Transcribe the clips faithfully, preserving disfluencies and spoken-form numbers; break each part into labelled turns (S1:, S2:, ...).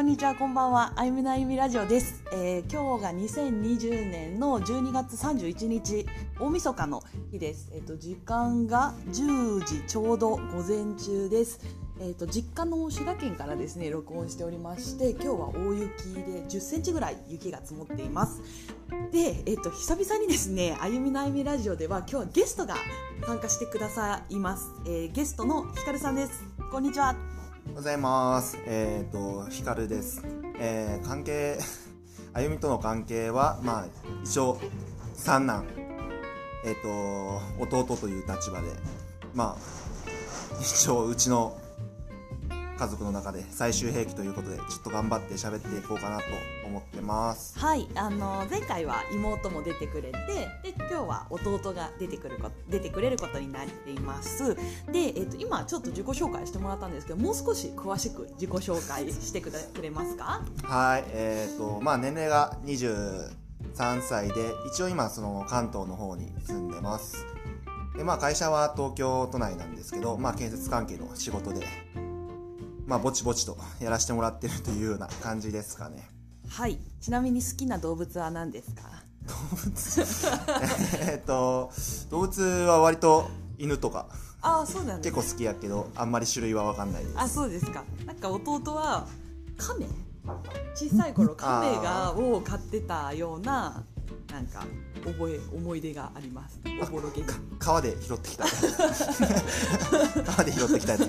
S1: んにちは、こんばんは。あゆみのあゆみラジオです、えー、今日がにせんにじゅうねんのじゅうにがつさんじゅういちにち、大晦日の日です。えーと、時間がじゅうじちょうど午前中です。えーと、実家の滋賀県からですね、録音しておりまして、今日は大雪でじゅっセンチぐらい雪が積もっています。で、えーと、久々にですね、あゆみのあゆみラジオでは今日はゲストが参加してくださいます。えー、ゲストのひかるさんです。こんにちは。
S2: おはようございます。えっ、ー、と、ひかるです。えー、関係、あゆみとの関係は、まあ、一応、三男、えっ、ー、と、弟という立場で、まあ、一応、うちの家族の中で最終兵器ということで、ちょっと頑張って喋っていこうかなと思ってます。
S1: はい、あの前回は妹も出てくれて、で今日は弟が出てくるこ出てくれることになっています。で、えーと、今ちょっと自己紹介してもらったんですけど、もう少し詳しく自己紹介してくれますか？
S2: はい、えっ、ー、と、まあ年齢がにじゅうさんさいで、一応今その関東の方に住んでます。で、まあ会社は東京都内なんですけど、まあ建設関係の仕事で、まあぼちぼちとやらせてもらってるというような感じですかね。
S1: はい。ちなみに好きな動物は何ですか？
S2: 動物えっと動物は割と犬とか、
S1: あ、そうなんです、ね、
S2: 結構好きやけど、あんまり種類は分かんないです。
S1: あ、そうですか。なんか弟はカメ、小さい頃カメがを飼ってたような、なんか覚え思い出があります。おぼろげに
S2: 川で拾ってきた川で拾ってきたやつ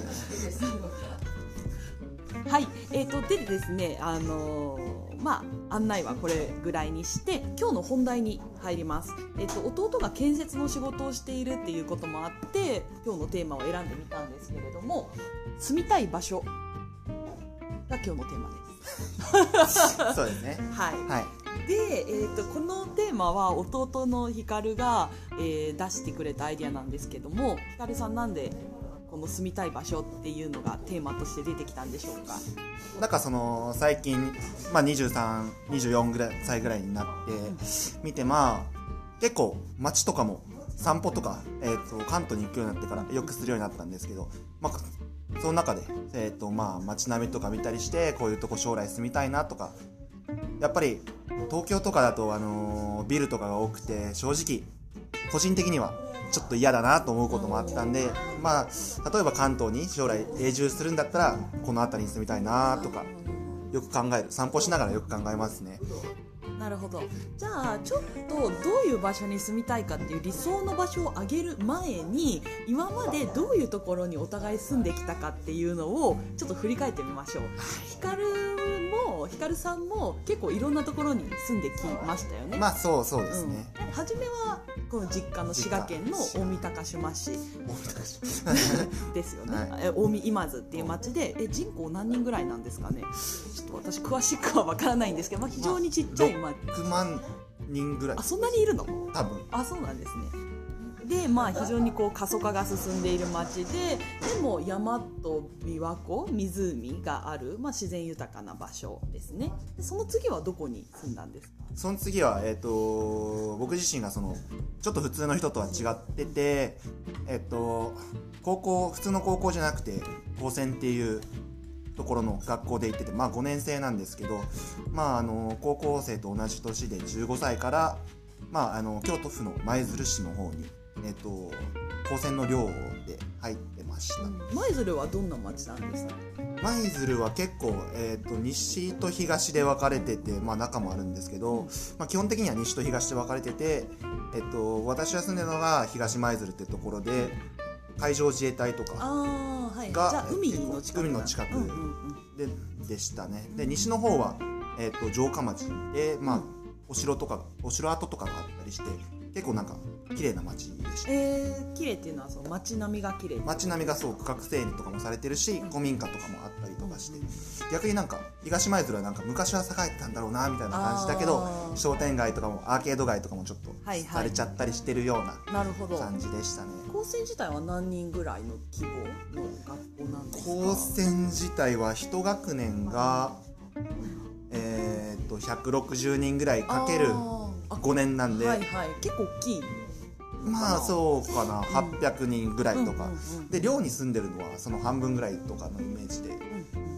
S1: はい、えーと、でですね、あのー、まあ案内はこれぐらいにして今日の本題に入ります。えーと、弟が建設の仕事をしているっていうこともあって今日のテーマを選んでみたんですけれども、住みたい場所が今日のテーマです。
S2: そうですね。
S1: はい。
S2: はい。
S1: で、えーと、このテーマは弟のひかるが、えー、出してくれたアイデアなんですけども、ひかるさんなんでこの住みたい場所っていうのがテーマとして出てきたんでしょうか？
S2: なんかその最近、まあ、にじゅうさん、にじゅうよんぐらい歳ぐらいになって見て、まあ結構街とかも散歩とか、えー、と関東に行くようになってからよくするようになったんですけど、まあ、その中で、えーとまあ、街並みとか見たりして、こういうとこ将来住みたいなとか、やっぱり東京とかだと、あのー、ビルとかが多くて、正直個人的にはちょっと嫌だなと思うこともあったんで、まあ例えば関東に将来永住するんだったらこの辺りに住みたいなとかよく考える。散歩しながらよく考えますね。
S1: なるほど。じゃあちょっとどういう場所に住みたいかっていう理想の場所を挙げる前に、今までどういうところにお互い住んできたかっていうのをちょっと振り返ってみましょう。ひかるもひかるさんも結構いろんなところに住んできましたよね。
S2: まあそうそうですね、
S1: うん、初めはこの実家の滋賀県の近江高島市ですよね、はい、近江今津っていう町で、え人口何人ぐらいなんですかね。ちょっと私詳しくは分からないんですけど、まあ、非常にちっちゃい町、まあ、
S2: ろくまんにんぐらい。
S1: あ、そんなにいるの？
S2: 多分。
S1: あ、そうなんですね。で、まあ、非常にこう過疎化が進んでいる町で、でも山と琵琶湖、湖がある、まあ、自然豊かな場所ですね。でその次はどこに住んだんですか？
S2: その次は、えー、と僕自身がそのちょっと普通の人とは違ってて、えっ、ー、と高校普通の高校じゃなくて高専っていうところの学校で行ってて、まあごねんせいなんですけど、まああの高校生と同じ年でじゅうごさいから、まああの京都府の舞鶴市の方に、えっ、ー、と高専の寮で入ってました。
S1: 舞鶴はどんな町なんですか？
S2: 舞鶴は結構、えー、と西と東で分かれてて、まあ、中もあるんですけど、まあ、基本的には西と東で分かれてて、えー、と私が住んでるのが東舞鶴ってところで、海上自衛隊とかが、
S1: あ、はい、じゃあ海の近く
S2: 海の近くで、でしたね。で西の方は、えー、と城下町で、まあ、お城とかお城跡とかがあったりして、結構なんか綺麗な街でした。
S1: えー、綺麗っていうのはその街並みが綺麗。
S2: 街並みがそう区画整理とかもされてるし、古民家とかもあったりとかして、逆になんか東舞鶴はなんか昔は栄えてたんだろうなみたいな感じだけど、商店街とかもアーケード街とかもちょっとされちゃったりしてるような感じでしたね。
S1: 高専自体は何人ぐらいの規模の学校なんですか？
S2: 高専自体は一学年がえー、とひゃくろくじゅうにんぐらいかけるごねんなんで、
S1: はいはい、結構大きい。
S2: まあそうかな、はっぴゃくにんぐらいとか、うんうんうん、で寮に住んでるのはその半分ぐらいとかのイメージで、うんうん、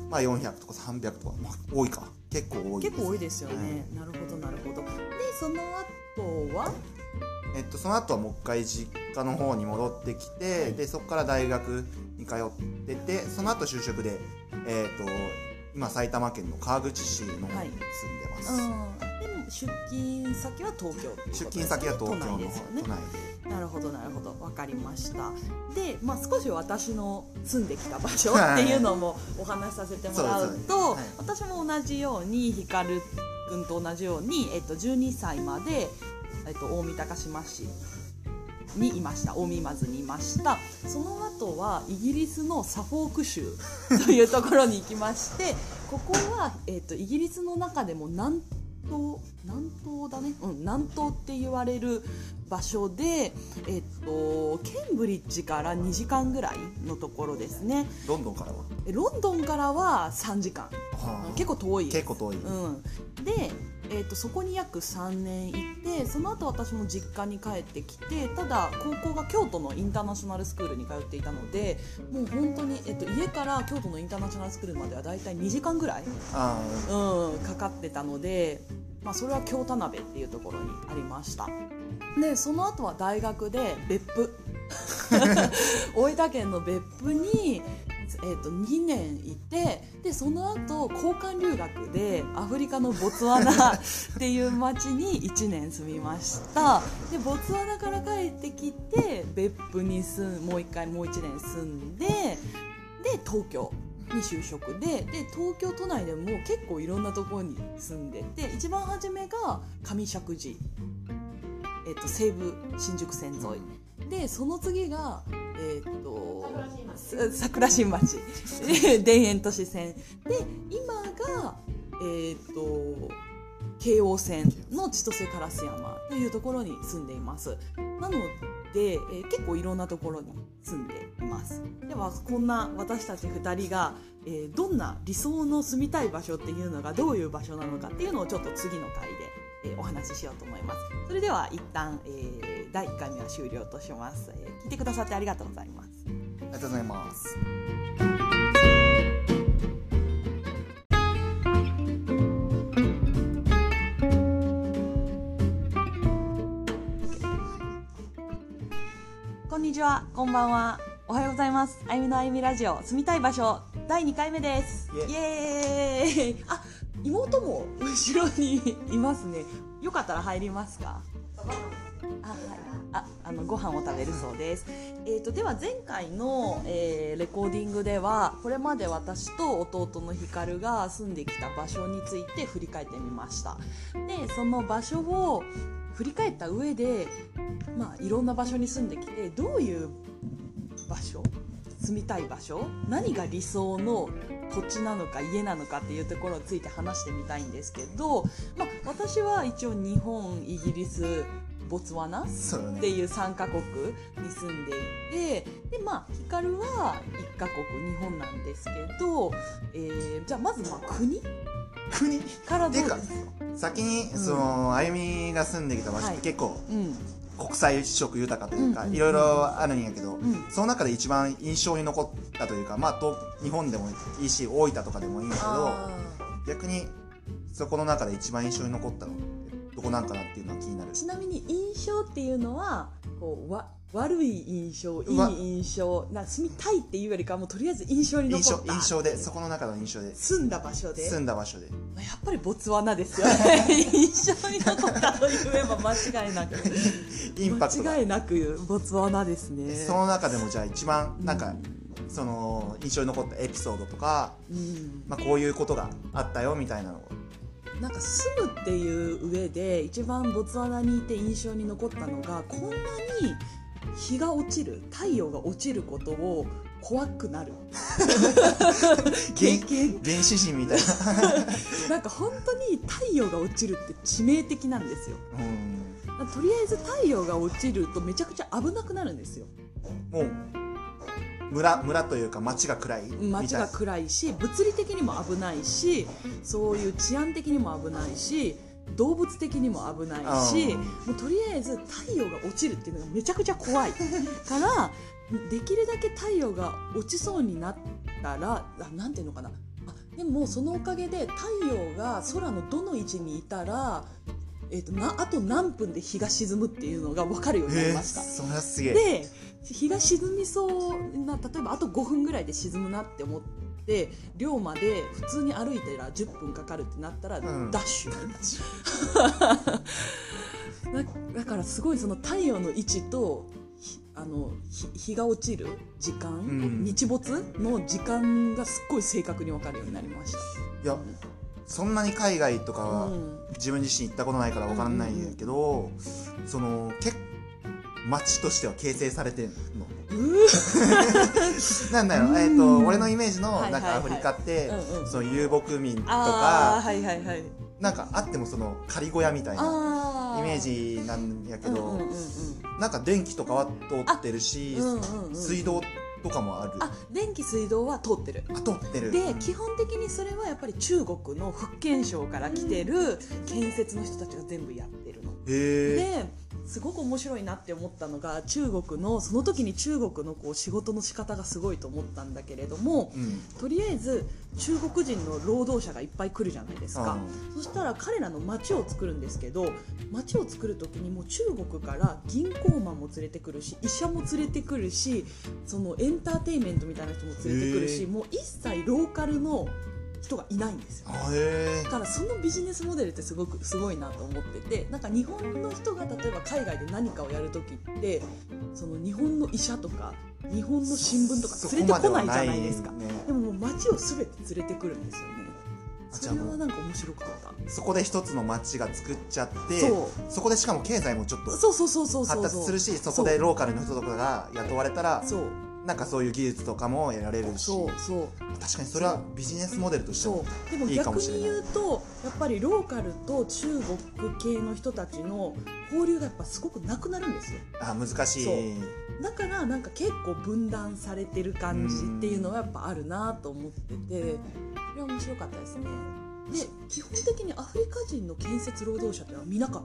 S2: まあ、よんひゃくとかさんびゃくとか、まあ、多いか結構多いです。
S1: 結構多いですよね、はい、なるほどなるほど。でその後は
S2: えっと、その後はもう一回実家の方に戻ってきて、はい、でそこから大学に通ってて、その後就職で、えー、と今埼玉県の川口市の方に住んでます、
S1: はい、うん、でも出勤先は東京ってことですね。
S2: 出勤先は東京の
S1: 都内ですよね。
S2: 都内で。
S1: なるほどなるほど、分かりました。で、まあ、少し私の住んできた場所っていうのもお話しさせてもらうと、はい、私も同じようにひかるくんと同じように、えっと、じゅうにさいまで、えっと、大三高島市にいました。大見松にいました。その後はイギリスのサフォーク州というところに行きましてここは、えっと、イギリスの中でも南東南東だね、うん、南東って言われる場所で、えっと、ケンブリッジからにじかんぐらいのところですね。
S2: ロンドンからは
S1: ロンドンからはさんじかん、はあ、結構遠い
S2: 結構遠い、
S1: うん、で、えっと、そこに約さんねん行ってその後私も実家に帰ってきて、ただ高校が京都のインターナショナルスクールに通っていたのでもう本当に、えっと、家から京都のインターナショナルスクールまではだいたいにじかんぐらい、
S2: あ、
S1: うん、かかってたので、まあ、それは京田辺っていうところにありました。でその後は大学で別府大分県の別府に、えー、とにねんいて、でその後交換留学でアフリカのボツワナっていう町にいちねん住みました。でボツワナから帰ってきて別府に住んもう一回もういちねん住んで、で東京に就職で、で東京都内でも結構いろんなところに住んでて、一番初めが上石神井、えー、と西武新宿線沿いで、その次が、えー、と桜新町田園都市線で、今が、えー、と京王線の千歳烏山というところに住んでいます。なので、えー、結構いろんなところに住んでいます。ではこんな私たちふたりが、えー、どんな理想の住みたい場所っていうのがどういう場所なのかっていうのをちょっと次の回で、えー、お話ししようと思います。それでは一旦、えー、だいいっかいめは終了とします、えー、聞いてくださってありがとうございます。
S2: ありがとうございます。
S1: こんにちは、こんばんは、おはようございます。あゆみのあゆみラジオ住みたい場所だいにかいめです。イエーイ。あ、妹も後ろにいますね。よかったら入りますか？あ、はい。あ、あのご飯を食べるそうです。えーと、では前回の、えー、レコーディングではこれまで私と弟のひかるが住んできた場所について振り返ってみました。で、その場所を振り返った上で、まあ、いろんな場所に住んできてどういう場所、住みたい場所、何が理想の土地なのか家なのかっていうところについて話してみたいんですけど、まあ、私は一応日本、イギリス、ボツワナっていうさんカ国に住んでいて、で、まあ、ヒカルはいっカ国日本なんですけど、えー、じゃあまずまあ国
S2: 国
S1: からどうですか？
S2: 先にその、うん、あゆみが住んできた場所って結構、はい、うん、国際色豊かというか、うんうん、いろいろあるんやけど、うん、その中で一番印象に残ったというか、まあ、と日本でもいいし大分とかでもいいんだけど、逆にそこの中で一番印象に残ったのってどこなんかなっていうのは気になる。
S1: ちなみに印象っていうのはこうわ悪い印象、いい印象、な住みたいっていうよりかもうとりあえず印象に残った
S2: 印象、印象で、そこの中の印象で
S1: 住んだ場所で
S2: 住んだ場所でや
S1: っぱりボツワナですよね印象に残ったと言えば間違いなく
S2: インパクトが
S1: 間違いなくボツワナですね。
S2: その中でもじゃあ一番なんか、うん、その印象に残ったエピソードとか、うん、まあ、こういうことがあったよみたいなのを
S1: なんか住むっていう上で一番ボツワナにいて印象に残ったのが、こんなに日が落ちる、太陽が落ちることを怖くなる経験
S2: 原始人みたい
S1: ななんか本当に太陽が落ちるって致命的なんですよ。うん、とりあえず太陽が落ちるとめちゃくちゃ危なくなるんですよ。
S2: もう村, 村というか街が暗い
S1: 街が暗いし、物理的にも危ないし、そういう治安的にも危ないし、動物的にも危ないし、もうとりあえず太陽が落ちるっていうのがめちゃくちゃ怖いからできるだけ太陽が落ちそうになったら、あ、なんていうのかな、あ、 でもそのおかげで太陽が空のどの位置にいたら、えー、となあと何分で日が沈むっていうのが分かるようになりました。
S2: それはすげえ。
S1: で日が沈みそうな、例えばあとごふんぐらいで沈むなって思って寮まで普通に歩いたらじゅっぷんかかるってなったら、うん、ダッシュだ, だからすごいその太陽の位置とあの 日, 日が落ちる時間、うん、日没の時間がすっごい正確に分かるようになりました。
S2: いや、うん、そんなに海外とかは自分自身行ったことないから分からないんだけど、うんうん、その結構街としては形成されてるのなんだろう、えー、と俺のイメージのなんかアフリカってその遊牧民とか、はいはいはい、なんかあってもその仮小屋みたいなイメージなんやけど、うんうんうんうん、なんか電気とかは通ってるし、うんうんうん、水道とかもある。
S1: あ、電気水道は通ってる。
S2: あ、通ってる。
S1: で、基本的にそれはやっぱり中国の福建省から来てる建設の人たちが全部やってるの。へー。ですごく面白いなって思ったのが、中国のその時に中国のこう仕事の仕方がすごいと思ったんだけれども、うん、とりあえず中国人の労働者がいっぱい来るじゃないですか。そしたら彼らの街を作るんですけど、街を作る時にもう中国から銀行マンも連れてくるし、医者も連れてくるし、そのエンターテインメントみたいな人も連れてくるし、もう一切ローカルの人がいないんですよ。だからそのビジネスモデルってすごくすごいなと思ってて、なんか日本の人が例えば海外で何かをやるときってその日本の医者とか日本の新聞とか連れてこないじゃないですか。 で, ね、でももう街を全て連れてくるんですよね。それはなんか面白かった。
S2: そこで一つの街が作っちゃって、 そ, そこでしかも経済もちょっと発達するし、そこでローカルの人とかが雇われたらそうなんかそういう技術とかも得られるし、そうそう確かにそれはビジネスモデルとしてもいいかもしれない。
S1: でも逆に言うとやっぱりローカルと中国系の人たちの交流がやっぱすごくなくなるんですよ。
S2: あ、難しい。
S1: そうだからなんか結構分断されてる感じっていうのはやっぱあるなと思ってて、これは面白かったですね。で基本的にアフリカ人の建設労働者ってのは見なかった。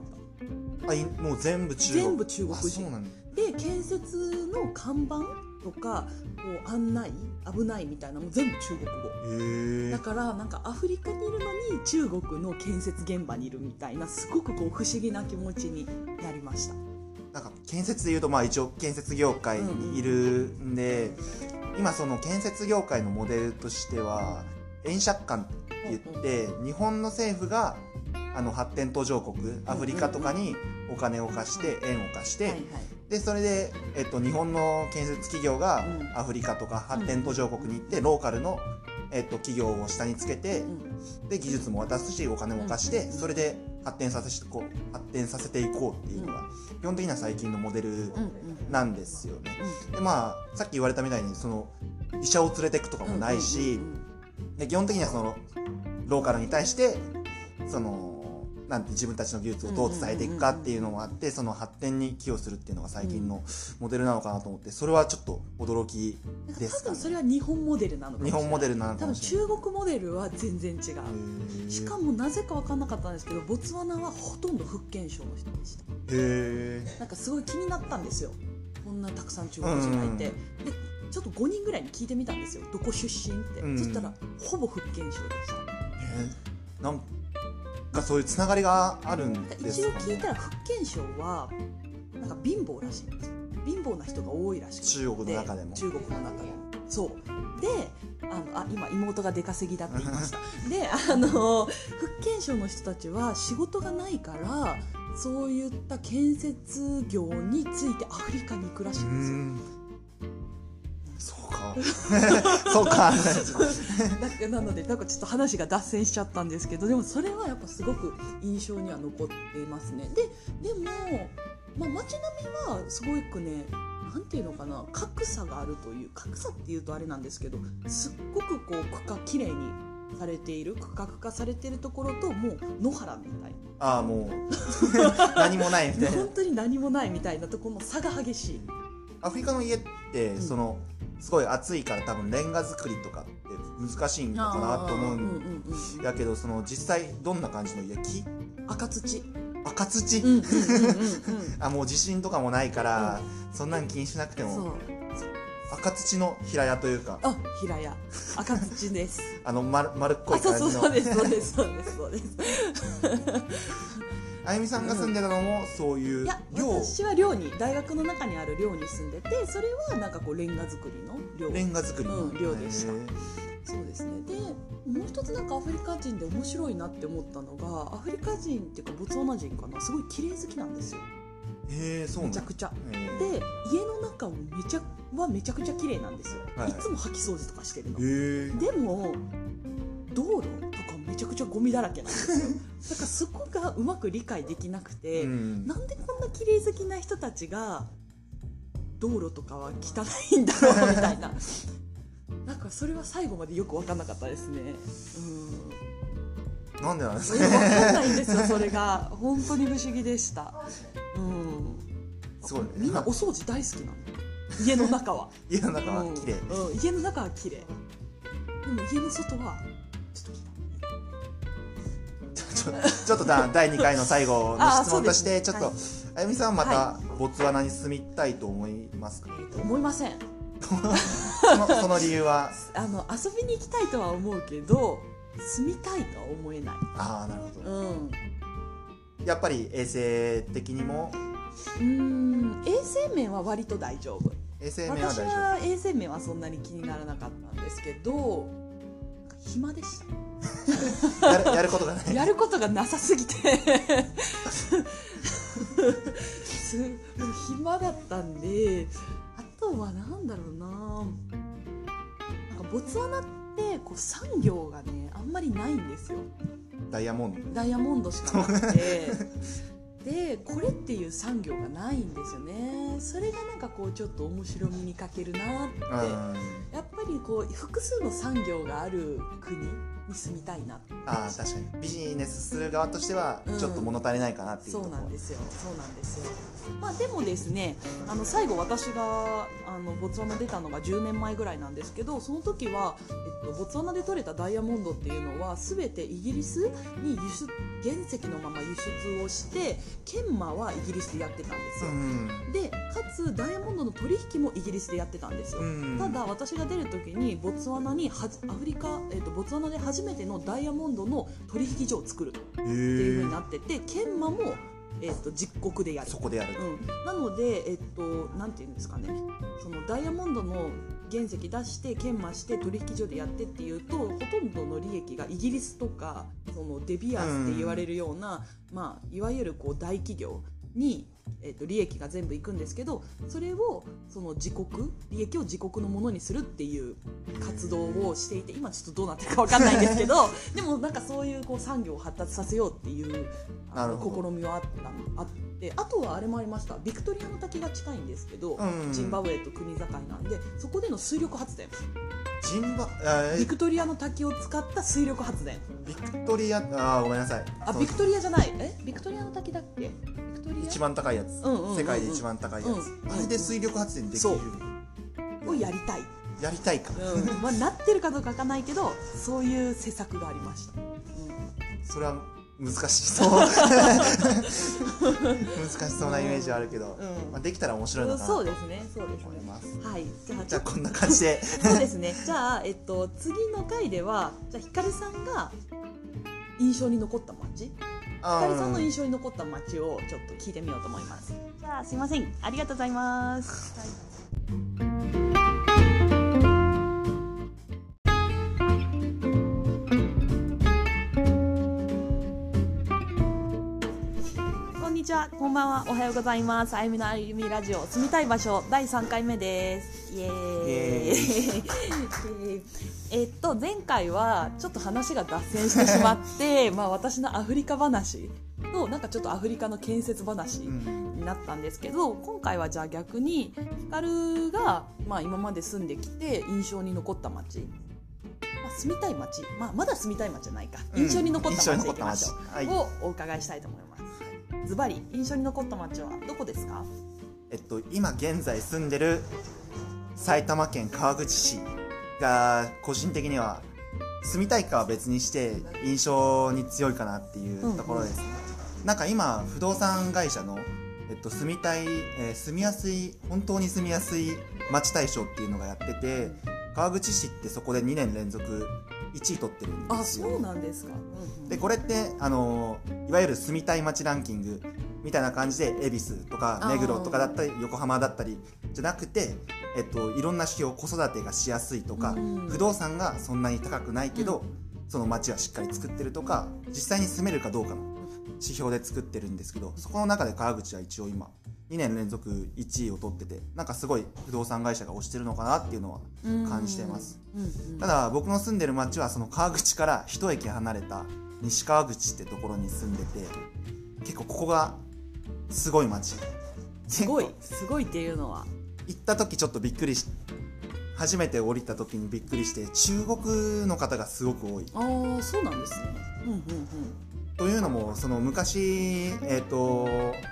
S2: あ、もう全部中国
S1: 全部中国人。
S2: そうなんだ。
S1: で建設の看板とかこう案内危ないみたいなのも全部中国語。へー。だからなんかアフリカにいるのに中国の建設現場にいるみたいな、すごくこう不思議な気持ちになりました。
S2: なんか建設でいうと、まあ一応建設業界にいるんで、うんうん、今その建設業界のモデルとしては円借款って言って、うんうん、日本の政府があの発展途上国アフリカとかにお金を貸して円を貸して、はいはい、でそれで、えっと、日本の建設企業がアフリカとか発展途上国に行ってローカルの、えっと、企業を下につけて、で技術も渡すしお金も貸して、それで発展させてこう発展させていこうっていうのが基本的には最近のモデルなんですよね。で、まあ、さっき言われたみたいにその医者を連れていくとかもないし、で基本的にはそのローカルに対してそのなんて自分たちの技術をどう伝えていくかっていうのもあって、その発展に寄与するっていうのが最近のモデルなのかなと思って、それはちょっと驚きですかね。
S1: 多分それは日本モデルなのかもしれない。
S2: 日本モデルなのかもしれない。
S1: 多分中国モデルは全然違う。しかもなぜか分かんなかったんですけど、ボツワナはほとんど福建省の人でした。へー。なんかすごい気になったんですよ。こんなたくさん中国人がいて、でちょっとごにんぐらいに聞いてみたんですよ。どこ出身って、うん、そしたらほぼ福建省でした。
S2: えー、なんかそういうつながりがあるんですかね。
S1: 一応聞いたら福建省はなんか貧乏らしいんですよ。貧乏な人が多いらしくて、
S2: 中国の中でも
S1: 中国の中でもそうで、あのあ今妹が出稼ぎだって言いましたで、あの福建省の人たちは仕事がないからそういった建設業についてアフリカに行くらしいんですよ。
S2: そうかそうか
S1: なのでなんかちょっと話が脱線しちゃったんですけど、でもそれはやっぱすごく印象には残っていますね。ででも、まあ、街並みはすごくね、なんていうのかな、格差があるという、格差っていうとあれなんですけど、すっごくこう区画きれいにされている、区画化されているところと、もう野原みたいな、
S2: ああもう何もないみたいな
S1: 本当に何もないみたいなところの差が激しい。
S2: アフリカの家って、うん、そのすごい暑いから多分レンガ作りとかって難しいのかなと思うんだけど、その実際どんな感じの家？木？
S1: 赤土。
S2: 赤土？うんうんうんうん、あ、もう地震とかもないから、うん、そんなん気にしなくても。
S1: そう
S2: 赤土の平屋というか、
S1: あ、平屋、赤土です
S2: あの丸丸っこ
S1: あ、
S2: い
S1: そう
S2: 感じの
S1: そうそうですそうですそうですそうです
S2: あゆみさんが住んでたのもそういう
S1: いや、
S2: 寮、
S1: 私は寮に、大学の中にある寮に住んでて、それはなんかこうレンガ作りの寮、
S2: レンガ作りの、
S1: うん、寮でした
S2: へー
S1: そうですね。でもう一つなんかアフリカ人で面白いなって思ったのが、アフリカ人っていうかボツワナ人かな、すごい綺麗好きなんですよ。
S2: へえ、そうなんだ。
S1: めちゃくちゃ
S2: へー
S1: で、家の中をめちゃはめちゃくちゃ綺麗なんですよ、
S2: はい
S1: いつも掃き掃除とかしてるの。
S2: へー
S1: でも道路とかめちゃくちゃゴミだらけなんですよだからそこがうまく理解できなくて、
S2: うん
S1: なんでこんな綺麗好きな人たちが道路とかは汚いんだろうみたいななんかそれは最後までよく分かんなかったですね。
S2: なんでなんです
S1: うん、
S2: か
S1: 分かんないんですよそれが本当に不思議でした。うん
S2: すごいね
S1: みんなお掃除大好きなの家の中は
S2: 家の中は綺麗、
S1: うんうん、家の中は綺麗でも家の外はちょっと
S2: ちょちょっとだだいにかいの最後の質問として、ちょっと、
S1: はい、
S2: あゆみさんはまた
S1: は
S2: ボツワナに住みたいと思いますか？
S1: えーと思いません。
S2: そのその理由は？
S1: あの遊びに行きたいとは思うけど住みたいとは思えない。
S2: ああ、なるほど、
S1: うん
S2: やっぱり衛生的にも
S1: うーん衛生面は割と大丈夫。
S2: 衛生面は
S1: 私
S2: 大丈
S1: は衛生面はそんなに気にならなかったんですけど、なんか暇でした
S2: 夫やるやることがない
S1: やることがなさすぎてすもう暇だったんで、あとはなんだろうな、なんかボツワナってこう産業がねあんまりないんですよ。
S2: ダイヤモンド
S1: ダイヤモンドしかなくてでこれっていう産業がないんですよね。それがなんかこうちょっと面白みに欠けるなって、
S2: うん
S1: やっぱりこう複数の産業がある国に住みたいなって
S2: ああ、確かにビジネスする側としては
S1: うん
S2: ちょっと物足りないかなっていうと
S1: そ
S2: ころ、
S1: うなんですよそうなんですよ。まあでもですね、あの最後私があのボツワナ出たのがじゅうねんまえぐらいなんですけど、その時は、えっと、ボツワナで取れたダイヤモンドっていうのは全てイギリスに輸出原石のまま輸出をして、研磨はイギリスでやってたんですよ、
S2: うん
S1: でかつダイヤモンドの取引もイギリスでやってたんですよ、
S2: うん
S1: ただ私が出る時にボツワナにはじアフリカ、えっと、ボツワナで初めてのダイヤモンドの取引所を作るって
S2: へ
S1: いう風に
S2: え、
S1: なってて、研磨も、えっと、実国でやる。
S2: そこでやる、
S1: うん、なので、えっと、なんていうんですかね、そのダイヤモンドの原石出して研磨して取引所でやってっていうと、ほとんどの利益がイギリスとかそのデビアースって言われるような、まあ、いわゆるこう大企業に、えっと、利益が全部いくんですけど、それをその自国利益を自国のものにするっていう活動をしていて、今ちょっとどうなってるか分かんないんですけどでもなんかそういうこう産業を発達させようっていうあの
S2: なるほど
S1: 試みはあったあってあとはあれもありました。ビクトリアの滝が近いんですけど、
S2: うん
S1: ジンバブエと国境なんで、そこでの水力発電、
S2: ジンバあ
S1: ビクトリアの滝を使った水力発電。
S2: ビクトリア、あーごめんなさい、その
S1: あビクトリアじゃないえビクトリアの滝だっけ。ビクトリア
S2: 一番高いやつ、
S1: うんうんうんうん
S2: 世界で一番高いやつ、
S1: うん
S2: あれで水力発電できる、
S1: そうをやりたい、
S2: やりたいか、
S1: うんまあ、なってるかどうかわかんないけど、そういう施策がありました、うん
S2: それは難しそう難しそうなイメージはあるけど、
S1: うん
S2: まあ、できたら面白いのかなと
S1: そうですねそうですね
S2: 思います。
S1: はいじゃあ
S2: じゃあこんな感じで
S1: そうですね。じゃあ、えっと、次の回では、じゃあ、ひかるさんが印象に残った街、ひかるさんの印象に残った街をちょっと聞いてみようと思います。じゃあ、すいません。ありがとうございます。はいこんにちは、こんばんは、おはようございます。あゆみのあゆみラジオ住みたい場所だいさんかいめです。イエーイ。
S2: イエーイ
S1: えっと前回はちょっと話が脱線してしまってまあ私のアフリカ話となんかちょっとアフリカの建設話
S2: うん
S1: になったんですけど、今回はじゃあ逆にヒカルがまあ今まで住んできて印象に残った街、まあ、住みたい街、まあ、まだ住みたい街じゃないか、
S2: うん
S1: 印象に残った街でいきましょう、
S2: 印象に残った街はい
S1: をお伺いしたいと思います。ズバリ印象に残った街はどこですか？
S2: えっと今現在住んでる埼玉県川口市が個人的には住みたいかは別にして印象に強いかなっていうところです、ねうんうん、なんか今不動産会社の、えっと、住みたい、えー住みやすい本当に住みやすい町大賞っていうのがやってて、川口市ってそこでにねん連続いちい取ってるんですよ。
S1: あ、そうなんですか。うんうん、
S2: でこれってあのいわゆる住みたい街ランキングみたいな感じで恵比寿とか目黒とかだったり横浜だったりじゃなくて、えっと、いろんな指標、子育てがしやすいとか、うん、不動産がそんなに高くないけど、うん、その街はしっかり作ってるとか、実際に住めるかどうかの指標で作ってるんですけど、そこの中で川口は一応今にねん連続いちいを取ってて、なんかすごい不動産会社が推してるのかなっていうのは感じてます。うんうん、ただ僕の住んでる町はその川口から一駅離れた西川口ってところに住んでて、結構ここがすごい町。
S1: すごいすごいっていうのは、
S2: 行った時ちょっとびっくりし初めて降りた時にびっくりして、中国の方がすごく多い。
S1: ああ、そうなんですね。うんうんうん。
S2: というのもその昔えっと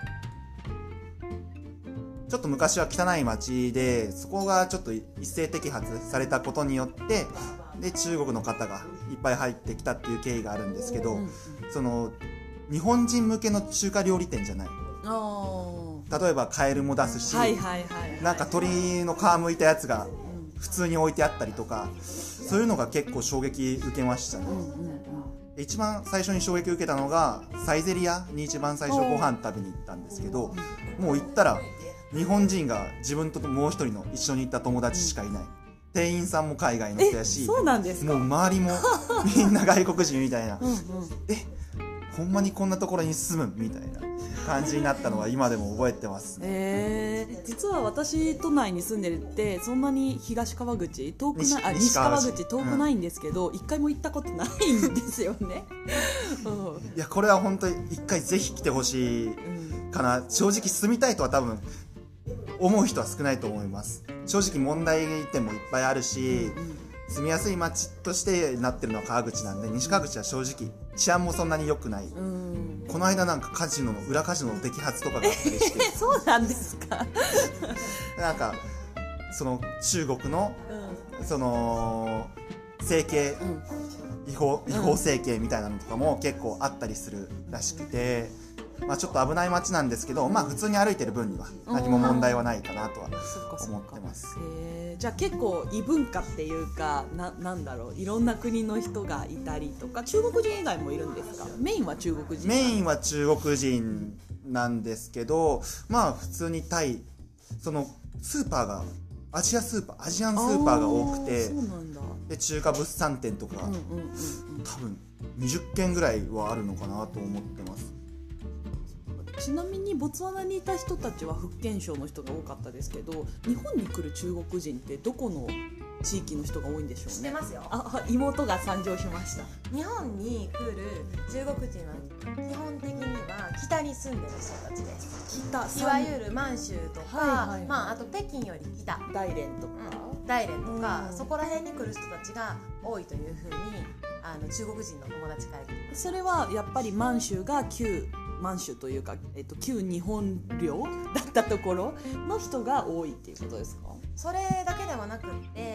S2: ちょっと昔は汚い町で、そこがちょっと一斉摘発されたことによってで中国の方がいっぱい入ってきたっていう経緯があるんですけど、うんうん、その日本人向けの中華料理店じゃない。例えばカエルも出すし、はいはいはいはい、なんか鶏の皮むいたやつが普通に置いてあったりとか、そういうのが結構衝撃受けましたね。うんうんうん、一番最初に衝撃受けたのがサイゼリヤに一番最初ご飯食べに行ったんですけど、もう行ったら日本人が自分ともう一人の一緒に行った友達しかいない。店員さんも海外の人やし、
S1: そうなんですか。
S2: もう周りもみんな外国人みたいな。うんうん、え、ほんまにこんなところに住むみたいな感じになったのは今でも覚えてますね。
S1: えー、実は私都内に住んでるってそんなに東川口遠くない、あ、西川口遠くないんですけど、うん、一回も行ったことないんですよね。
S2: うん、いやこれは本当に一回ぜひ来てほしいかな、うん、正直住みたいとは多分思う人は少ないと思います。正直問題点もいっぱいあるし、うんうん、住みやすい街としてなってるのは川口なんで、西川口は正直治安もそんなに良くない。うん、この間なんかカジノの裏カジノの摘発とかがあったりして
S1: そうなんですか。
S2: なんかその中国の、うん、その整形、うん、違法違法整形みたいなのとかも結構あったりするらしくて、まあ、ちょっと危ない街なんですけど、まあ、普通に歩いてる分には何も問題はないかなとは思ってます。
S1: へー、じゃあ結構異文化っていうか な, なんだろういろんな国の人がいたりとか、中国人以外もいるんですか？メインは中国人？
S2: メインは中国人なんですけど、まあ普通にタイ、そのスーパーがアジアスーパーアジアンスーパーが多くて、そうなんだ。で中華物産展とか、うんうんうんうん、多分にじゅっけんぐらいはあるのかなと思ってます。
S1: ちなみにボツワナにいた人たちは福建省の人が多かったですけど、日本に来る中国人ってどこの地域の人が多いんでしょうね。
S3: 知ってますよ。
S1: あ、妹が参上しました。
S3: 日本に来る中国人は基本的には北に住んでる人たちです。北、いわゆる満州とか、はいはいはい、まあ、あと北京より北、
S1: 大連とか、
S3: うん、大連とか、そこら辺に来る人たちが多いというふうにあの中国人の友達から聞いてます。
S1: それはやっぱり満州が旧満州というか、えっと、旧日本領だったところの人が多いっていうことですか？
S3: それだけではなくって、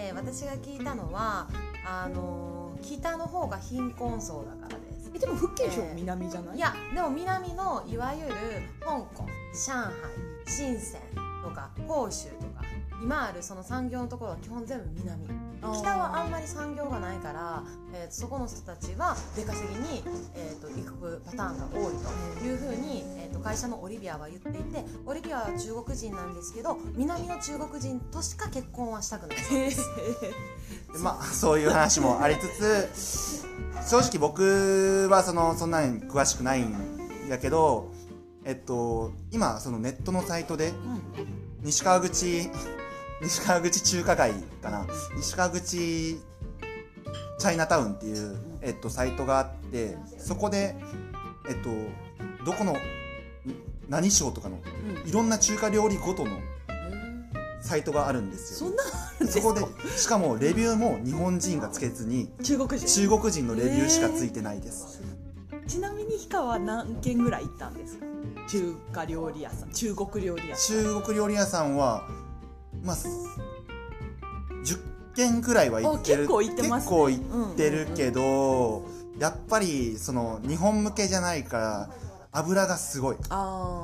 S3: 私が聞いたのはあの北の方が貧困層だからです。
S1: えでも福建省は南じゃない？
S3: えー、いやでも南のいわゆる香港、上海、深センとか広州とか今あるその産業のところは基本全部南。北はあんまり産業がないから、えー、そこの人たちは出稼ぎに、えー、と行くパターンが多いというふうに、えー、と会社のオリビアは言っていて、オリビアは中国人なんですけど、南の中国人としか結婚はしたくないそうです。
S2: でまあそういう話もありつつ、正直僕はそのそんなに詳しくないんやけど、えっと今そのネットのサイトで西川口西川口中華街かな、西川口チャイナタウンっていう、えっと、サイトがあって、そこで、えっと、どこの何省とかの、うん、いろんな中華料理ごとのサイトがあるんですよ。
S1: そんなあるんですか？
S2: そこでしかもレビューも日本人がつけずに
S1: 中国人
S2: 中国人のレビューしかついてないです。
S1: ちなみに氷川は何軒ぐらい行ったんですか？中華料理屋さん、中国料理屋さん。
S2: 中国料理屋さんはまあ、じゅっけんくらいは行ってる。
S1: 結構行ってますね。
S2: 結構行ってるけど、うんうんうん、やっぱりその日本向けじゃないから油がすごい。
S1: あ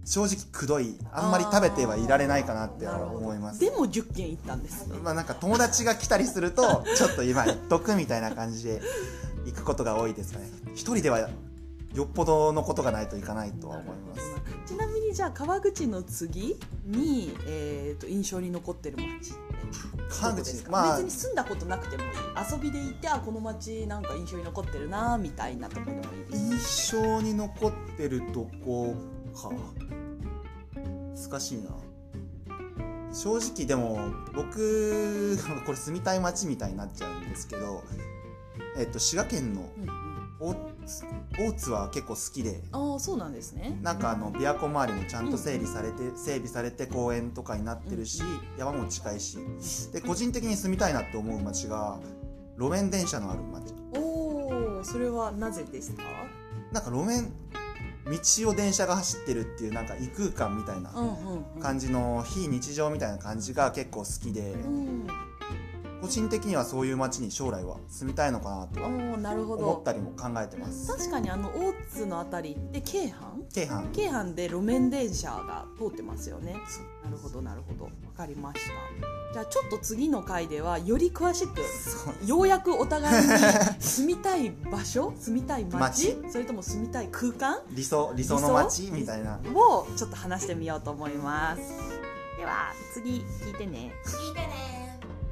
S2: 正直くどい、あんまり食べてはいられないかなって思います。
S1: でもじゅっけん行ったんですね。
S2: まあなんか友達が来たりするとちょっと今言っとくみたいな感じで行くことが多いですかね。一人ではよっぽどのことがないといかないとは思います。
S1: ちなみにじゃあ川口の次に、えー、と印象に残ってる街って
S2: 川口
S1: ですか？
S2: まあ
S1: 別に住んだことなくてもいい、遊びでいてあこの街なんか印象に残ってるなみたいなところでもいいです。
S2: 印象に残ってるとこか、難しいな。正直でも僕これ住みたい街みたいになっちゃうんですけど、えっと滋賀県の
S1: うんうん、
S2: 大津、大津は結構好きで、
S1: ああそうなんですね。
S2: なんかあの琵琶湖周りもちゃんと整理されて、整備されて公園とかになってるし、山も近いし、で個人的に住みたいなって思う街が路面電車のある街。
S1: おお、それはなぜですか？
S2: なんか路面道を電車が走ってるっていうなんか異空間みたいな
S1: うんうんうん、
S2: 感じの非日常みたいな感じが結構好きで、
S1: うん
S2: 個人的にはそういう街に将来は住みたいのかなと
S1: おーなるほど。
S2: 思ったりも考えてます。
S1: 確かにあの大津のあたりって京阪
S2: 京阪
S1: 京阪で路面電車が通ってますよね。なるほどなるほど、わかりました。じゃあちょっと次の回ではより詳しく、ようやくお互いに住みたい場所住みたい街それとも住みたい空間
S2: 理想理想の街みたいな
S1: をちょっと話してみようと思います。では次聞いてね。
S3: 聞いてね。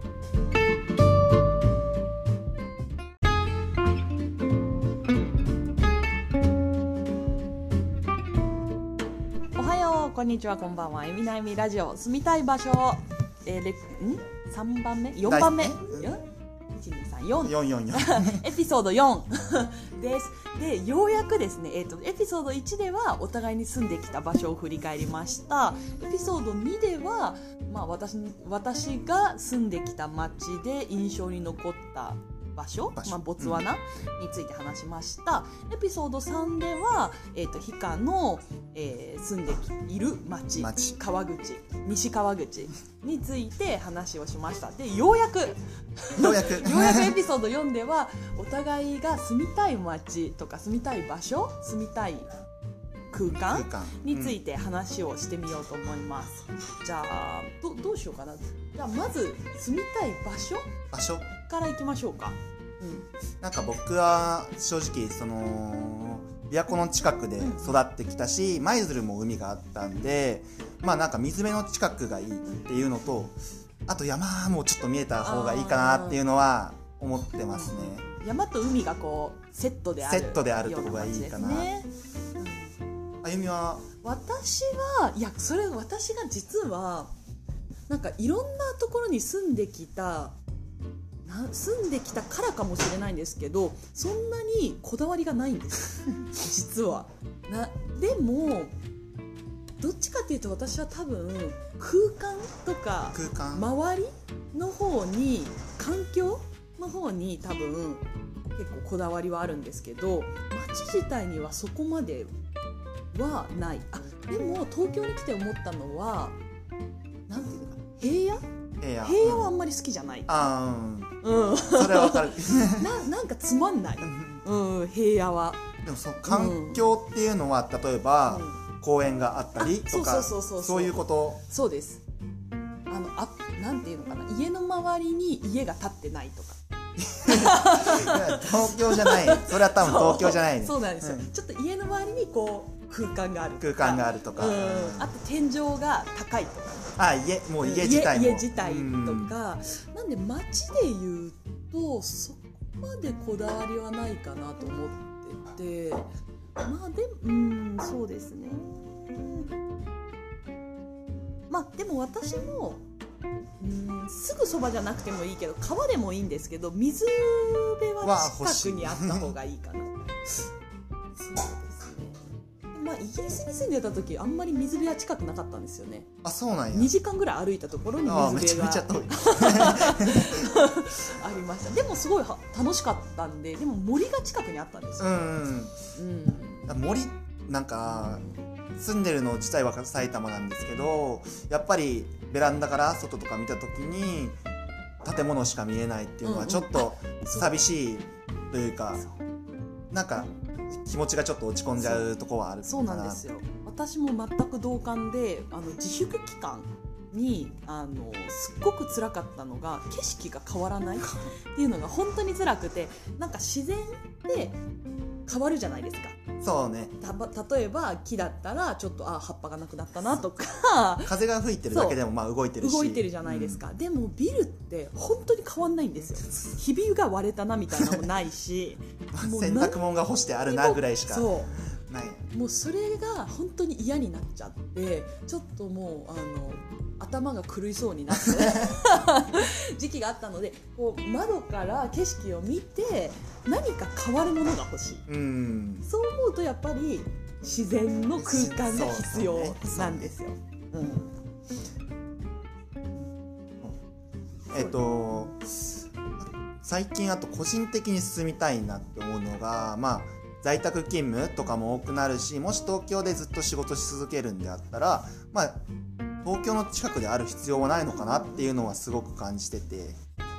S1: こんにちは、こんばんは。えみなえみラジオ住みたい場所、えー、レんさんばんめよんばんめ、いちにさんよん
S2: よんよんよん
S1: エピソードよんです。でようやくですね、えーと、エピソードいちではお互いに住んできた場所を振り返りました。エピソードにでは、まあ、私, 私が住んできた街で印象に残った場所、
S2: 場所
S1: まあ、ボツワナについて話しました、うん、エピソードさんでは、えーと、氷川の、えー、住んでいる町川口西川口について話をしました。でようやくよ
S2: うやく
S1: ようやくエピソードよんではお互いが住みたい町とか住みたい場所住みたい空間について話をしてみようと思います、うん、じゃあ ど, どうしようかな。じゃあまず住みたい場所
S2: 場所
S1: からいきましょうか。うん、
S2: なんか僕は正直その琵琶湖の近くで育ってきたし、舞鶴も海があったんで、まあなんか水辺の近くがいいっていうのと、あと山もちょっと見えた方がいいかなっていうのは思ってますね。
S1: 山と海がこうセットである
S2: セットであるところがいいかな。
S1: ね、
S2: あゆみは？
S1: 私はいやそれ私が実はなんかいろんなところに住んできたな住んできたからかもしれないんですけど、そんなにこだわりがないんです実はな。でもどっちかっていうと私は多分空間とか
S2: 空間
S1: 周りの方に環境の方に多分結構こだわりはあるんですけど、街自体にはそこまではない。あでも東京に来て思ったのはなんていうのか平野
S2: 平野
S1: 平野はあんまり好きじゃない。
S2: あ
S1: ーうん、
S2: それはわかる
S1: な, なんかつまんない、うん、平野は。
S2: でもその環境っていうのは、うん、例えば、うん、公園があったりとかそういうこと。
S1: そうです。あのあなんていうのかな、家の周りに家が建ってないとか
S2: 東京じゃないそれは多分東京じゃないね。
S1: そうなんですよ、うん、ちょっと家の周りにこう空間がある
S2: 空間があるとか、
S1: うん、あと天井が高いとか、
S2: あ家もう家自体も
S1: 家, 家自体とか、うん、なんで街で言うとそこまでこだわりはないかなと思ってて、まあでうんそうですね。まあでも私もうんすぐそばじゃなくてもいいけど川でもいいんですけど水辺は近くにあった方がいいかなそうですね。まあ、イギリスに住んでた時あんまり水辺は近くなかったんですよね。
S2: あ、そうなんや。
S1: にじかんぐらい歩いたところに水辺が
S2: あ, めちゃめちゃ遠い
S1: ありました。でもすごいは楽しかったんで、でも森が近くにあったんですよ。うん、
S2: うん、森なんか住んでるの自体は埼玉なんですけど、やっぱりベランダから外とか見た時に建物しか見えないっていうのはちょっと寂しいというか、なんか気持ちがちょっと落ち込んじゃうところはあるかな。
S1: そうなんですよ。 私も全く同感で、あの自粛期間にあのすっごく辛かったのが景色が変わらないっていうのが本当に辛くて、なんか自然って変わるじゃないですか。
S2: そうね、
S1: た例えば木だったらちょっとあ葉っぱがなくなったなとか
S2: 風が吹いてるだけでもまあ動いてるし
S1: 動いてるじゃないですか、うん、でもビルって本当に変わんないんですよ。ひびが割れたなみたいなのもないし
S2: もう洗濯物が干してあるなぐらいしかない。
S1: もうそれが本当に嫌になっちゃって、ちょっともうあの頭が狂いそうになって時期があったので、こう窓から景色を見て何か変わるものが欲しい、うん、そう思うとやっぱり自然の空間が必要なんですよ。
S2: えっと最近あと個人的に進みたいなって思うのが、まあ在宅勤務とかも多くなるし、もし東京でずっと仕事し続けるんであったら、まあ東京の近くである必要はないのかなっていうのはすごく感じてて、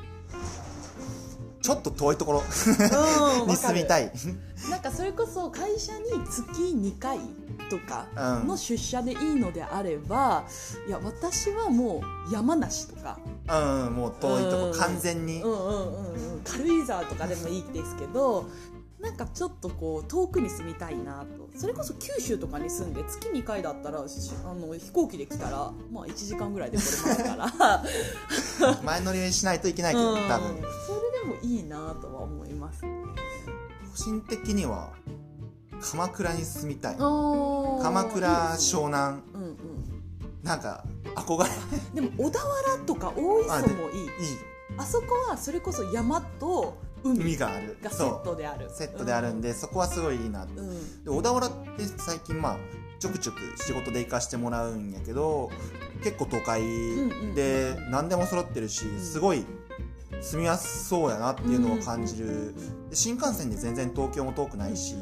S2: ちょっと遠いところに住みたい。
S1: なんかそれこそ会社に月にかいとかの出社でいいのであれば、うん、いや私はもう山梨とか、
S2: うん、もう遠いとこ、うん、完全に、うんうん
S1: うんうん、軽井沢とかでもいいですけど、なんかちょっとこう遠くに住みたいなと。それこそ九州とかに住んで月にかいだったらあの飛行機で来たら、まあ、いちじかんぐらいで来れますから
S2: 前乗りしないといけないけど、多分
S1: それでもいいなとは思います。
S2: 個人的には鎌倉に住みたい。鎌倉、湘南、うんうん、なんか憧れ
S1: でも小田原とか大磯もいい。 あ, あそこはそれこそ山と海があるがセットである
S2: セットであるんで、うん、そこはすごいいいな、うん、で小田原って最近まあちょくちょく仕事で行かしてもらうんやけど、結構都会で何でも揃ってるし、うんうん、すごい住みやすそうやなっていうのを感じる、うん、で新幹線で全然東京も遠くないし、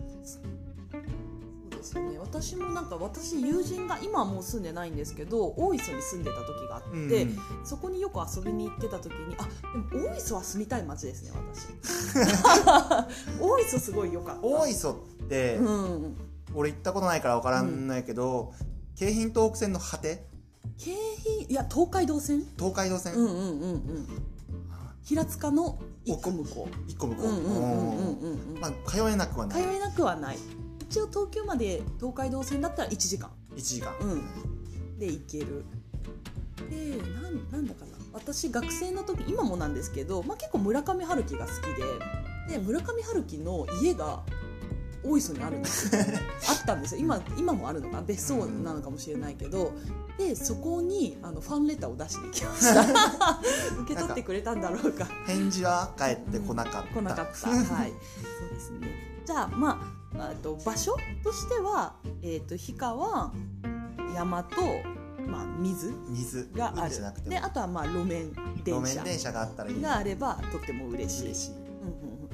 S1: そうですよね。私もなんか私友人が今はもう住んでないんですけど大磯に住んでた時があって、うん、そこによく遊びに行ってた時に、あでも大磯は住みたい街ですね私大磯すごいよかった。
S2: 大磯って、うん、俺行ったことないから分からんないけど、うん、京浜東北線の果て、
S1: 京浜いや東海道線
S2: 東海道線、
S1: うんうんうんうん、平塚の一個向こう
S2: 一個向こう、まあ通えなくはない
S1: 通えなくはない。一応東京まで東海道線だったらいちじかん
S2: いちじかん、
S1: うん、で行ける。で な, なんだかな、私学生の時今もなんですけど、まあ、結構村上春樹が好きで、で村上春樹の家が大磯にあるんですよあったんですよ。 今, 今もあるのか別荘なのかもしれないけど、でそこにあのファンレターを出しに行きました受け取ってくれたんだろうか。
S2: 返事は返ってこなかった、
S1: うん、来なかったはいそうですね。じゃあまああと場所としては、えー、と氷川山と、まあ、水がある。であとはまあ路面電車
S2: 路面電車があったらいい
S1: があればとっても嬉しい。嬉しい、うんうんうん、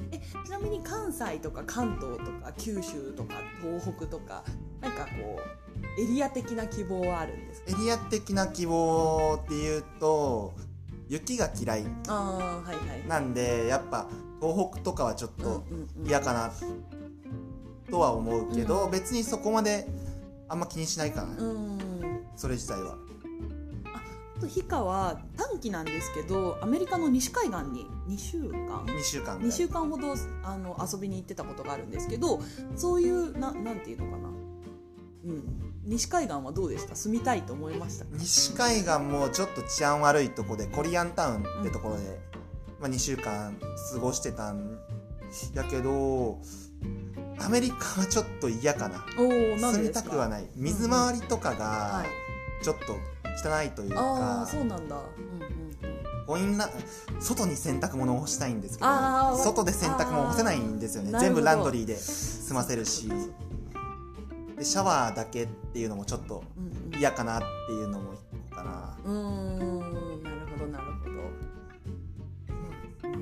S1: えちなみに関西とか関東とか九州とか東北とかなんかこうエリア的な希望はあるんですか？
S2: エリア的な希望っていうと雪が嫌いなんで、やっぱ東北とかはちょっと嫌かなとは思うけど、うん、別にそこまであんま気にしないかな、うん、それ自体は。
S1: あと氷川短期なんですけどアメリカの西海岸ににしゅうかん
S2: にしゅうかん
S1: にしゅうかんほどあの遊びに行ってたことがあるんですけど、そういうななんていうのかな、うん、西海岸はどうでした？住みたいと思いました？
S2: 西海岸もちょっと治安悪いとこでコリアンタウンってところで、うんまあ、にしゅうかん過ごしてたんやけど、アメリカはちょっと嫌かな。お住みたくはない。水回りとかがちょっと汚いというか、うんうんはい、あ
S1: そうなんだ、うん
S2: うん、コインラ外に洗濯物を干したいんですけど外で洗濯物を干せないんですよね。全部ランドリーで済ませるし、でシャワーだけっていうのもちょっと嫌かなっていうのも一個かな。
S1: うーんなるほどなるほど、うん、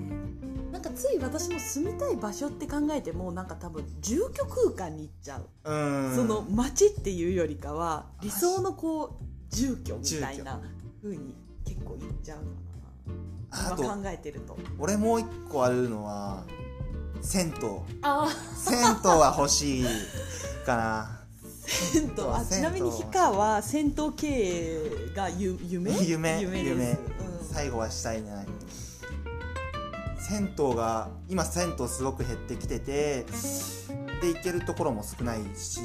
S1: なんかつい私も住みたい場所って考えてもなんか多分住居空間に行っちゃう。うーんその街っていうよりかは理想のこう住居みたいな風に結構言っちゃうかな。今考えてると
S2: 俺もう一個あるのは銭湯。あ銭湯は欲しいかな。
S1: 銭湯あちなみに氷川は銭湯経営がゆ夢
S2: 夢
S1: 夢です、
S2: 夢、
S1: うん、
S2: 最後はしたいね。銭湯が今銭湯すごく減ってきててで行けるところも少ないし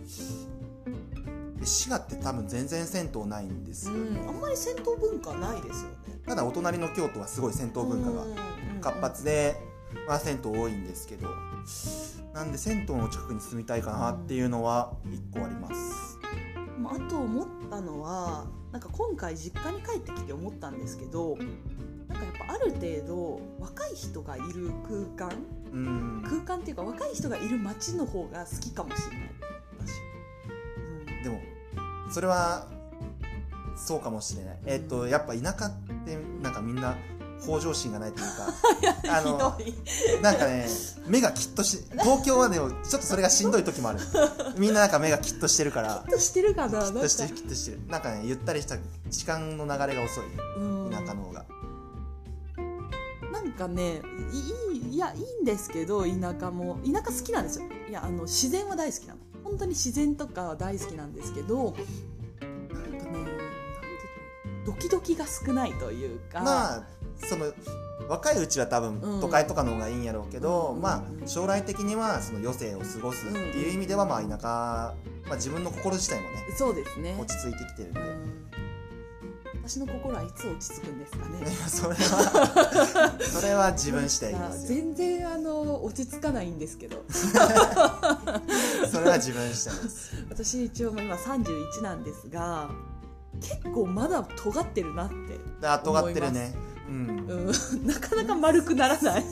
S2: で滋賀って多分全然銭湯ないんですよ、
S1: うん、あんまり銭湯文化ないですよね。
S2: ただお隣の京都はすごい銭湯文化が活発で、まあ、銭湯多いんですけどなんで銭湯の近くに住みたいかなっていうのはいっこあります。
S1: あと思ったのはなんか今回実家に帰ってきて思ったんですけどなんかやっぱある程度若い人がいる空間、
S2: うん、
S1: 空間っていうか若い人がいる街の方が好きかもしれない私、
S2: うん、でもそれはそうかもしれない、うん、えっとやっぱ田舎ってなんかみんな向上心がないというかあのなんかね目がキッとし東京はでもちょっとそれがしんどい時もあるみんななんか目がキッとしてるから
S1: キッとしてるかな
S2: キッとしてるキッとしてるなんかねゆったりした時間の流れが遅い田舎の方が
S1: なんかねいいいやいいんですけど田舎も田舎好きなんですよ。いやあの自然は大好きなの本当に自然とか大好きなんですけどなんかねなんていうドキドキが少ないというか
S2: まあその若いうちは多分都会とかの方がいいんやろうけど、うんまあ、将来的にはその余生を過ごすっていう意味ではまあ田舎、まあ、自分の心自体もね
S1: そうですね
S2: 落ち着いてきてるんで、うん、
S1: 私の心はいつ落ち着くんですかね
S2: それはそれは自分次第ですよ。
S1: 全然あの落ち着かないんですけど
S2: それは自分次第です。
S1: 私一応今さんじゅういちなんですが結構まだ尖ってるなって思います。
S2: あ尖ってるねうん
S1: うん、なかなか丸くならない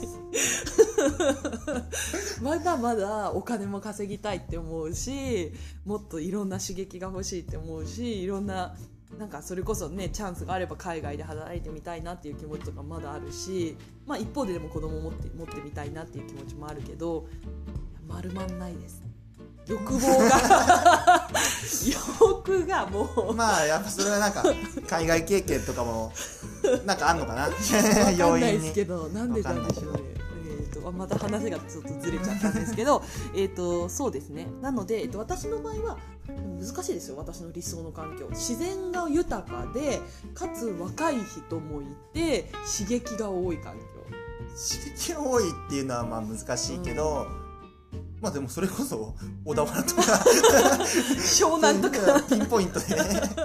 S1: まだまだお金も稼ぎたいって思うしもっといろんな刺激が欲しいって思うしいろんななんかそれこそねチャンスがあれば海外で働いてみたいなっていう気持ちとかまだあるし、まあ、一方ででも子供を持って持ってみたいなっていう気持ちもあるけど丸まんないです欲望が欲がもう
S2: まあやっぱそれはなんか海外経験とかもなんかあんのかな
S1: 分かんないですけどなんでなんでしょうね。えーとまた話がちょっとずれちゃったんですけどえとそうですねなので、えー、と私の場合は難しいですよ。私の理想の環境自然が豊かでかつ若い人もいて刺激が多い環境。
S2: 刺激が多いっていうのはまあ難しいけど、うんまあでもそれこそ小田原とか
S1: 湘南とか
S2: ピンポイントで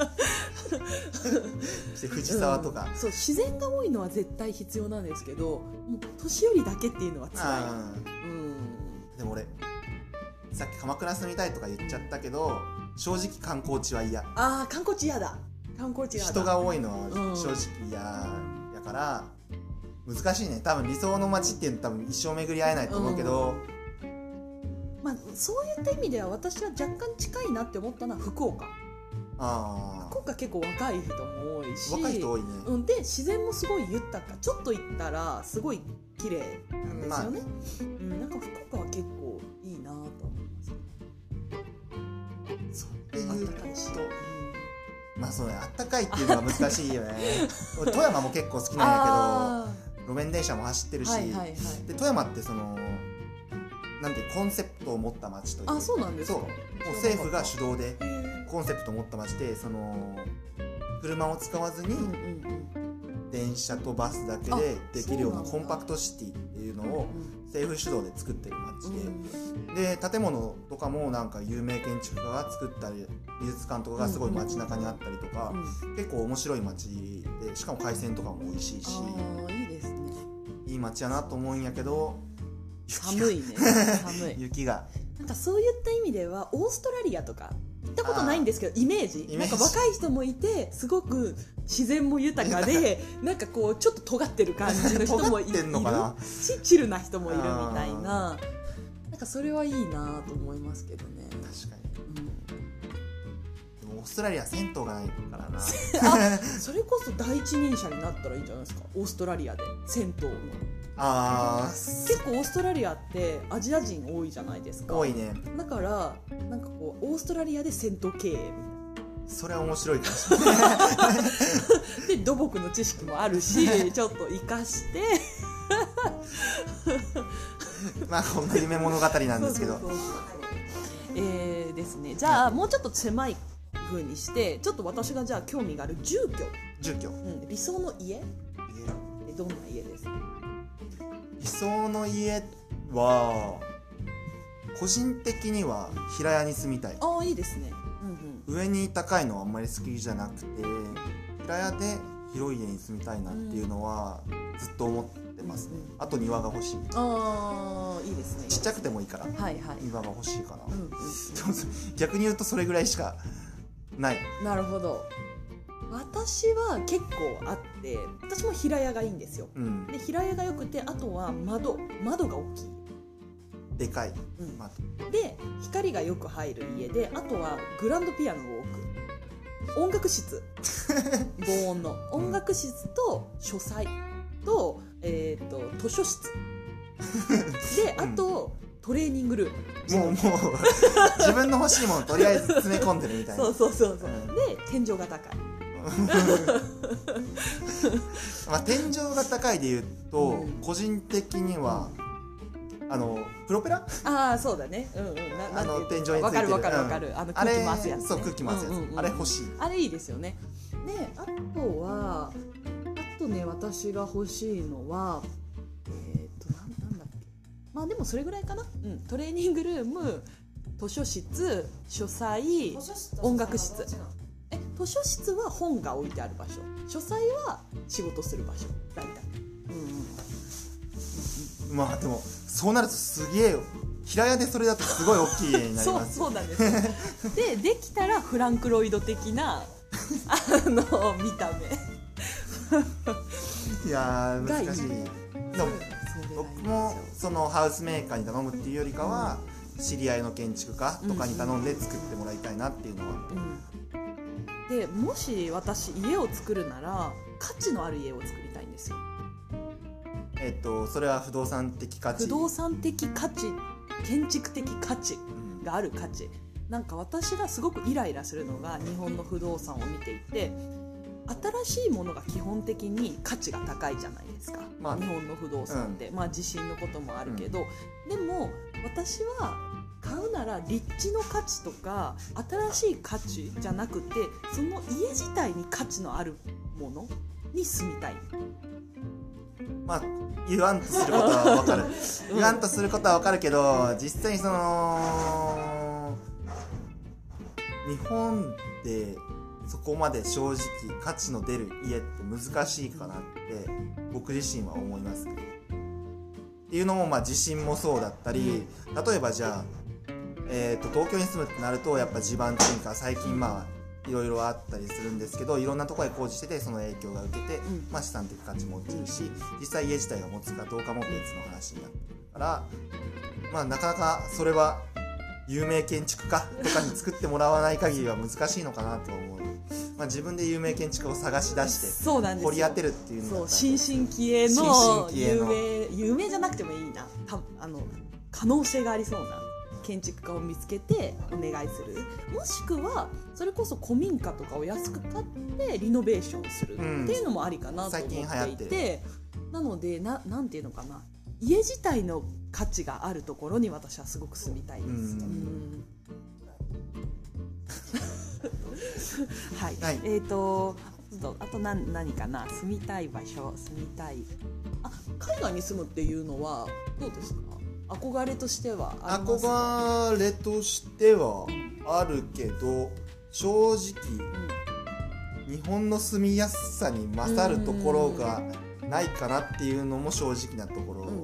S2: 藤沢とか、
S1: うん、そう自然が多いのは絶対必要なんですけどもう年寄りだけっていうのは辛い、うん、
S2: でも俺さっき鎌倉住みたいとか言っちゃったけど正直観光地は嫌。
S1: ああ観光地嫌だ。観光地嫌だ。
S2: 人が多いのは正直嫌やから難しいね。多分理想の街っていうの多分一生巡り合えないと思うけど、うん
S1: まあ、そういった意味では私は若干近いなって思ったのは福岡。
S2: あ
S1: 福岡結構若い人も多いし
S2: 若い人多いね、
S1: うん、で自然もすごい豊かちょっと行ったらすごい綺麗なんですよね、まあ、うん、なんか福岡は結構いいなと思います。
S2: そういう
S1: あったかいし、
S2: うん、まあそうねあったかいっていうのは難しいよね俺富山も結構好きなんやけど路面電車も走ってるし、はいはいはい、で富山ってそのなんてコンセプトを持った街というか。
S1: あ、そうなんですか。
S2: そうもう政府が主導でコンセプトを持った街でその車を使わずに電車とバスだけでできるようなコンパクトシティっていうのを政府主導で作ってる街で、で建物とかもなんか有名建築家が作ったり美術館とかがすごい街中にあったりとか結構面白い街でしかも海鮮とかも美味しいし
S1: あいいですね。
S2: いい街やなと思うんやけど
S1: 寒いね寒い
S2: 雪が
S1: なんかそういった意味ではオーストラリアとか行ったことないんですけどイメージなんか若い人もいてすごく自然も豊かでなんかこうちょっと尖ってる感じの人もいるしチルな人もいるみたいななんかそれはいいなと思いますけどね。
S2: 確かに、うん、でもオーストラリア銭湯がないからな
S1: あそれこそ第一人者になったらいいんじゃないですか。オーストラリアで銭湯の
S2: あ
S1: 結構オーストラリアってアジア人多いじゃないですか。
S2: 多いね。
S1: だからなんかこうオーストラリアで銭湯経営みたいな
S2: それは面白いかもしれない
S1: で土木の知識もあるしちょっと生かして
S2: まあこんな夢物語なんですけど
S1: そうそうそうそうえー、ですね。じゃあもうちょっと狭い風にしてちょっと私がじゃあ興味がある住居、
S2: 住居、
S1: うん、理想の家どんな家ですか？
S2: 理想の家は個人的には平屋に住みたい。
S1: ああいいですね、うんうん、
S2: 上に高いのはあんまり好きじゃなくて平屋で広い家に住みたいなっていうのはずっと思ってますね、うんうん、あと庭が欲しい。
S1: ああいいですね。
S2: ちっちゃくてもいいから、はい
S1: はい、
S2: 庭が欲しいかな、うんうん、逆に言うとそれぐらいしかない。
S1: なるほど。私は結構あって私も平屋がいいんですよ、うん、で平屋がよくてあとは窓窓が大きい
S2: でかい、
S1: うん窓で光がよく入る家であとはグランドピアノを置く音楽室防音の音楽室と書斎と、えー、と図書室であと、うん、トレーニングルーム
S2: もうもう自分の欲しいものとりあえず詰め込んでるみたいな
S1: そうそうそうそう、うん、で天井が高い
S2: まあ天井が高いで言うと、うん、個人的には、うん、あのプロペラ
S1: ああそうだね、うんうん、
S2: なあの天井についてる
S1: わかるわかるわかる、うん、あの空気回すやつ、ね、
S2: そう空気回すやつ、うんうんうん、あれ欲しい。
S1: あれいいですよね。であとはあとね私が欲しいのはえっ、ー、となんなんだっけまあでもそれぐらいかな、うん、トレーニングルーム図書室書斎音楽室え図書室は本が置いてある場所書斎は仕事する場所大体、うん
S2: うん、まあでもそうなるとすげえよ平屋でそれだとすごい大きい家になります
S1: そうそうなんですでできたらフランクロイド的なあの見た目
S2: いやー難しい。でも僕もそのハウスメーカーに頼むっていうよりかは、うん、知り合いの建築家とかに頼んで作ってもらいたいなっていうのは、
S1: うん、でもし私家を作るなら価値のある家を作りたいんですよ。
S2: えっとそれは不動産的価値
S1: 不動産的価値建築的価値がある価値、うん、なんか私がすごくイライラするのが日本の不動産を見ていて新しいものが基本的に価値が高いじゃないですか、まあ、日本の不動産って、うん、まあ地震のこともあるけど、うん、でも私は買うなら立地の価値とか新しい価値じゃなくてその家自体に価値のあるものに住みたい。
S2: まあ言わんとすることは分かる、うん、言わんとすることは分かるけど実際にその日本でそこまで正直価値の出る家って難しいかなって僕自身は思いますね。っていうのもまあ地震もそうだったり例えばじゃあ、えー、と東京に住むってなるとやっぱ地盤沈下最近まあいろいろあったりするんですけどいろんなところで工事しててその影響が受けて、うんまあ、資産的価値も落ちるし実際家自体が持つかどうかも別の話になってくるから、まあ、なかなかそれは有名建築家とかに作ってもらわない限りは難しいのかなと思う。まあ、自分で有名建築家を探し出して掘り当てるっていうのが
S1: そう新進気鋭の有名有名じゃなくてもいいなたあの可能性がありそうな建築家を見つけてお願いするもしくはそれこそ古民家とかを安く買ってリノベーションするっていうのもありかなと思っていて、うん、最近流行ってる。なので な, なんていうのかな家自体の価値があるところに私はすごく住みたいです。うんうんはい、はい、えっ、ー、とあと 何, 何かな住みたい場所住みたいあ海外に住むっていうのはどうですか？憧れとしてはありますか？
S2: 憧れとしてはあるけど正直、うん、日本の住みやすさに勝るところがないかなっていうのも正直なところ、うんうん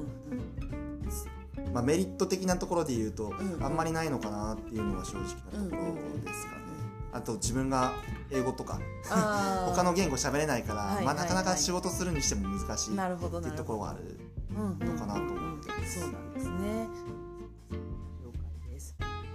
S2: うんまあ、メリット的なところで言うと、うんうん、あんまりないのかなっていうのは正直なところですかね、うんうん、あと自分が英語とか他の言語喋れないから、はいはいはいまあ、なかなか仕事するにしても難しいっていうところがあるのかなと思ってます。
S1: そうなんですね。了解です。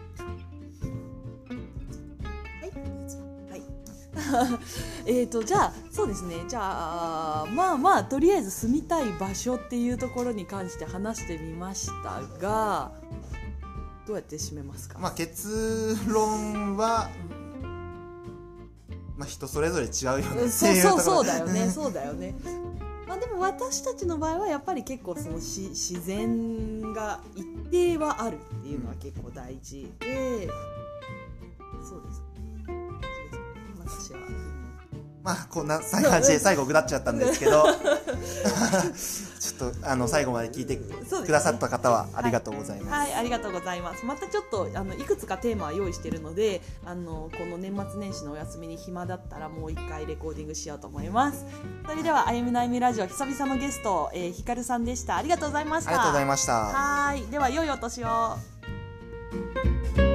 S1: はいはいはいえっとじゃあそうですねじゃあまあまあとりあえず住みたい場所っていうところに関して話してみましたがどうやって締めますか？
S2: まあ結論は、まあ、人それぞれ違うよね
S1: そうそうそうだよねそうだよねまあでも私たちの場合はやっぱり結構そのし自然が一定はあるっていうのは結構大事で、そうですね、私は、うん、
S2: まあこんな感じで最後ぐだっちゃったんですけどちょっとあの最後まで聞いてくださった方はありがとうございます。
S1: はい、はい、ありがとうございます。またちょっとあのいくつかテーマは用意しているので、あのこの年末年始のお休みに暇だったらもう一回レコーディングしようと思います。それではあゆみなゆみラジオ久々のゲスト、えー、ひかるさんでした。ありがとうございました。
S2: ありがとうございました。
S1: はい、では良いお年を。